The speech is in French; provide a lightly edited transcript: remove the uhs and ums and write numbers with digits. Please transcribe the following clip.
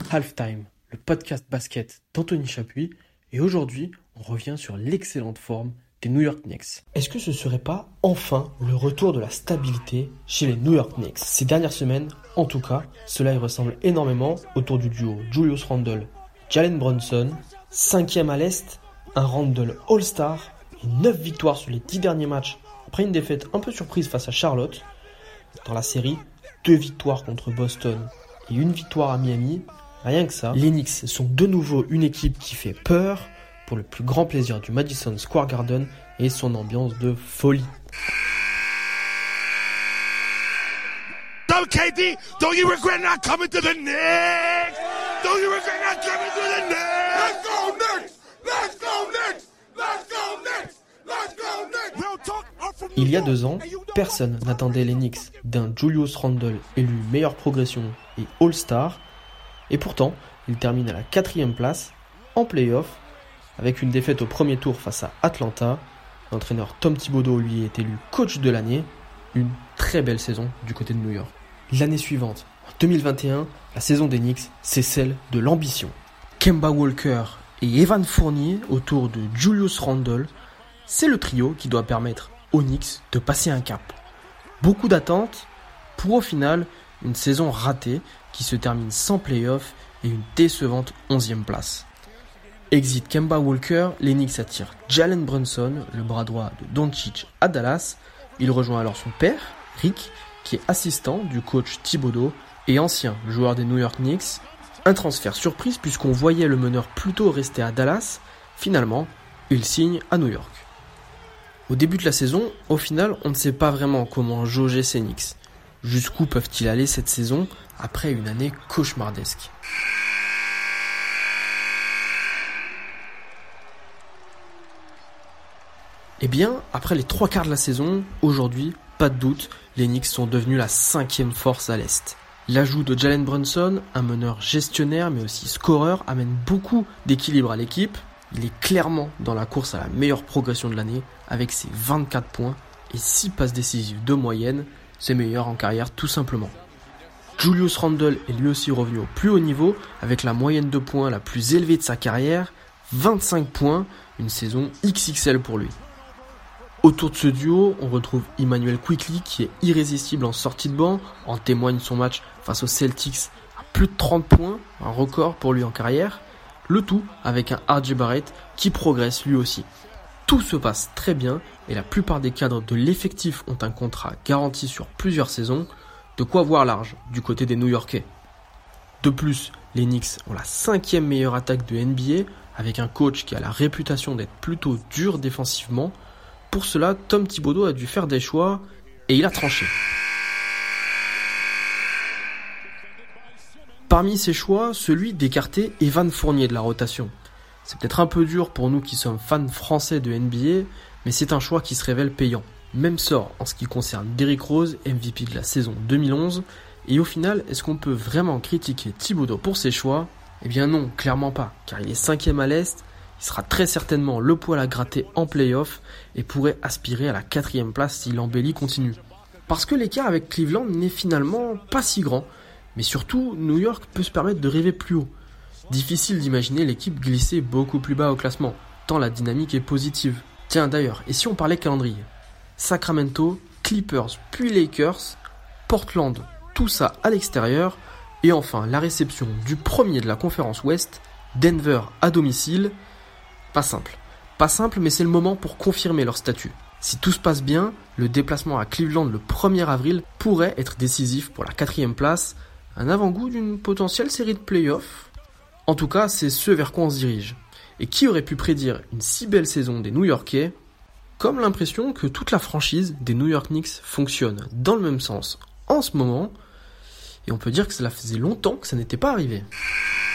Halftime, le podcast basket d'Anthony Chapuis, et aujourd'hui, on revient sur l'excellente forme des New York Knicks. Est-ce que ce serait pas enfin le retour de la stabilité chez les New York Knicks ? Ces dernières semaines, en tout cas, cela y ressemble énormément autour du duo Julius Randle, Jalen Brunson, 5e à l'Est, un Randle All-Star et 9 victoires sur les 10 derniers matchs après une défaite un peu surprise face à Charlotte. Dans la série, 2 victoires contre Boston et 1 victoire à Miami. Rien que ça, les Knicks sont de nouveau une équipe qui fait peur pour le plus grand plaisir du Madison Square Garden et son ambiance de folie. Don't KD, don't you regret not coming to the Knicks? Don't you regret not coming to the Knicks? Let's go Knicks! Let's go Knicks! Let's go Knicks! Let's go Knicks! Real talk. Il y a 2 ans, personne n'attendait les Knicks d'un Julius Randle élu meilleure progression et All-Star. Et pourtant, il termine à la 4e place, en play-off, avec une défaite au premier tour face à Atlanta. L'entraîneur Tom Thibodeau lui est élu coach de l'année. Une très belle saison du côté de New York. L'année suivante, en 2021, la saison des Knicks, c'est celle de l'ambition. Kemba Walker et Evan Fournier autour de Julius Randle, c'est le trio qui doit permettre aux Knicks de passer un cap. Beaucoup d'attentes pour au final une saison ratée qui se termine sans play-off et une décevante 11e place. Exit Kemba Walker, les Knicks attirent Jalen Brunson, le bras droit de Doncic à Dallas. Il rejoint alors son père, Rick, qui est assistant du coach Thibodeau et ancien joueur des New York Knicks. Un transfert surprise puisqu'on voyait le meneur plutôt rester à Dallas. Finalement, il signe à New York. Au début de la saison, au final, on ne sait pas vraiment comment jauger ces Knicks. Jusqu'où peuvent-ils aller cette saison après une année cauchemardesque ? Eh bien, après les 3 quarts de la saison, aujourd'hui, pas de doute, les Knicks sont devenus la 5e force à l'Est. L'ajout de Jalen Brunson, un meneur gestionnaire mais aussi scoreur, amène beaucoup d'équilibre à l'équipe. Il est clairement dans la course à la meilleure progression de l'année avec ses 24 points et 6 passes décisives de moyenne, ses meilleurs en carrière tout simplement. Julius Randle est lui aussi revenu au plus haut niveau avec la moyenne de points la plus élevée de sa carrière, 25 points, une saison XXL pour lui. Autour de ce duo, on retrouve Immanuel Quickley qui est irrésistible en sortie de banc, en témoigne son match face aux Celtics à plus de 30 points, un record pour lui en carrière. Le tout avec un RJ Barrett qui progresse lui aussi. Tout se passe très bien et la plupart des cadres de l'effectif ont un contrat garanti sur plusieurs saisons, de quoi voir large du côté des New-Yorkais. De plus, les Knicks ont la 5e meilleure attaque de NBA avec un coach qui a la réputation d'être plutôt dur défensivement. Pour cela, Tom Thibodeau a dû faire des choix et il a tranché. Parmi ces choix, celui d'écarter Evan Fournier de la rotation. C'est peut-être un peu dur pour nous qui sommes fans français de NBA, mais c'est un choix qui se révèle payant. Même sort en ce qui concerne Derrick Rose, MVP de la saison 2011. Et au final, est-ce qu'on peut vraiment critiquer Thibodeau pour ses choix ? Eh bien non, clairement pas, car il est 5e à l'Est, il sera très certainement le poil à gratter en play-off et pourrait aspirer à la 4e place si l'embellie continue. Parce que l'écart avec Cleveland n'est finalement pas si grand, mais surtout, New York peut se permettre de rêver plus haut. Difficile d'imaginer l'équipe glisser beaucoup plus bas au classement, tant la dynamique est positive. Tiens d'ailleurs, et si on parlait calendrier ? Sacramento, Clippers, puis Lakers, Portland, tout ça à l'extérieur, et enfin la réception du premier de la conférence Ouest, Denver à domicile. Pas simple, mais c'est le moment pour confirmer leur statut. Si tout se passe bien, le déplacement à Cleveland le 1er avril pourrait être décisif pour la 4e place, un avant-goût d'une potentielle série de playoffs. En tout cas, c'est ce vers quoi on se dirige. Et qui aurait pu prédire une si belle saison des New-Yorkais ? Comme l'impression que toute la franchise des New York Knicks fonctionne dans le même sens en ce moment, et on peut dire que cela faisait longtemps que ça n'était pas arrivé.